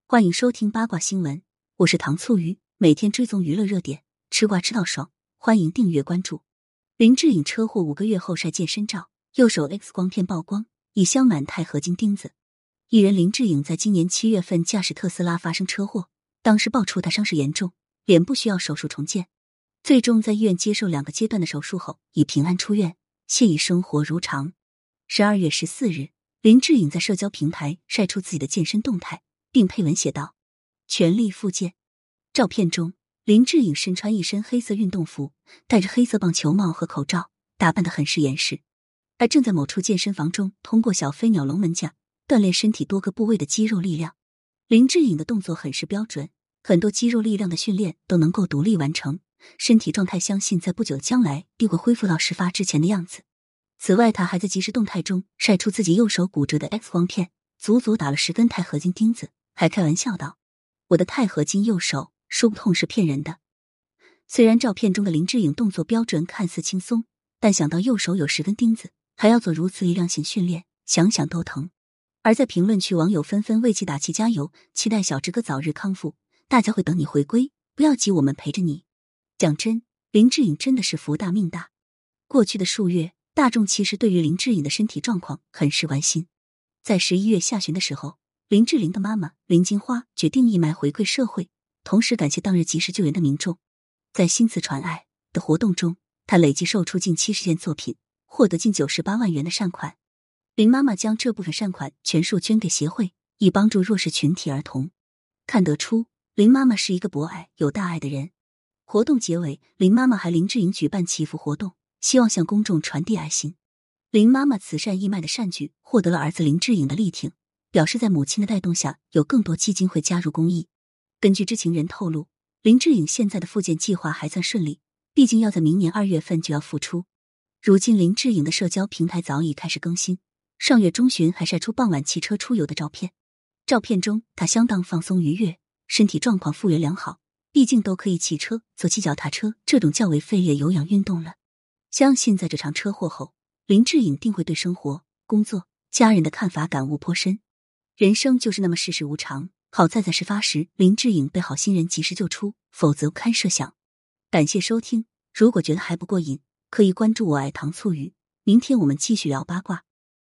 欢迎收听八卦新闻，我是糖醋鱼，每天追踪娱乐热点，吃瓜吃到爽，欢迎订阅关注。林志颖车祸5个月后晒健身照，右手 X 光片曝光，已镶满钛合金钉子。艺人林志颖在今年7月份驾驶特斯拉发生车祸，当时爆出他伤势严重，脸部需要手术重建，最终在医院接受2个阶段的手术后，已平安出院，现已生活如常。12月14日，林志颖在社交平台晒出自己的健身动态，并配文写道：全力复健。照片中，林志颖身穿一身黑色运动服，戴着黑色棒球帽和口罩，打扮得很是严实。他正在某处健身房中通过小飞鸟龙门架锻炼身体多个部位的肌肉力量。林志颖的动作很是标准，很多肌肉力量的训练都能够独立完成，身体状态相信在不久将来必会恢复到事发之前的样子。此外，他还在即时动态中晒出自己右手骨折的 X 光片，足足打了10根钛合金钉子，还开玩笑道：我的钛合金右手说不痛是骗人的。虽然照片中的林志颖动作标准看似轻松，但想到右手有10根钉子，还要做如此力量型训练，想想都疼。而在评论区，网友纷纷为其打气加油，期待小志哥早日康复，大家会等你回归，不要急，我们陪着你。讲真，林志颖真的是福大命大。过去的数月，大众其实对于林志颖的身体状况很是关心。在11月下旬的时候，林志玲的妈妈林金花决定义卖回馈社会，同时感谢当日及时救援的民众。在新词传爱的活动中，她累计售出近70件作品，获得近98万元的善款。林妈妈将这部分善款全数捐给协会，以帮助弱势群体儿童。看得出，林妈妈是一个博爱有大爱的人。活动结尾，林妈妈还林志颖举办祈福活动，希望向公众传递爱心。林妈妈慈善义卖的善举获得了儿子林志颖的力挺，表示在母亲的带动下，有更多基金会加入公益。根据知情人透露，林志颖现在的复健计划还算顺利，毕竟要在明年2月份就要复出。如今林志颖的社交平台早已开始更新，上月中旬还晒出傍晚骑车出游的照片。照片中他相当放松愉悦，身体状况复原良好，毕竟都可以骑车、骑脚踏车这种较为费力的有氧运动了。相信在这场车祸后，林志颖定会对生活、工作、家人的看法感悟颇深。人生就是那么世事无常，好在事发时林志颖被好心人及时救出，否则不堪设想。感谢收听，如果觉得还不过瘾，可以关注我爱糖醋鱼，明天我们继续聊八卦。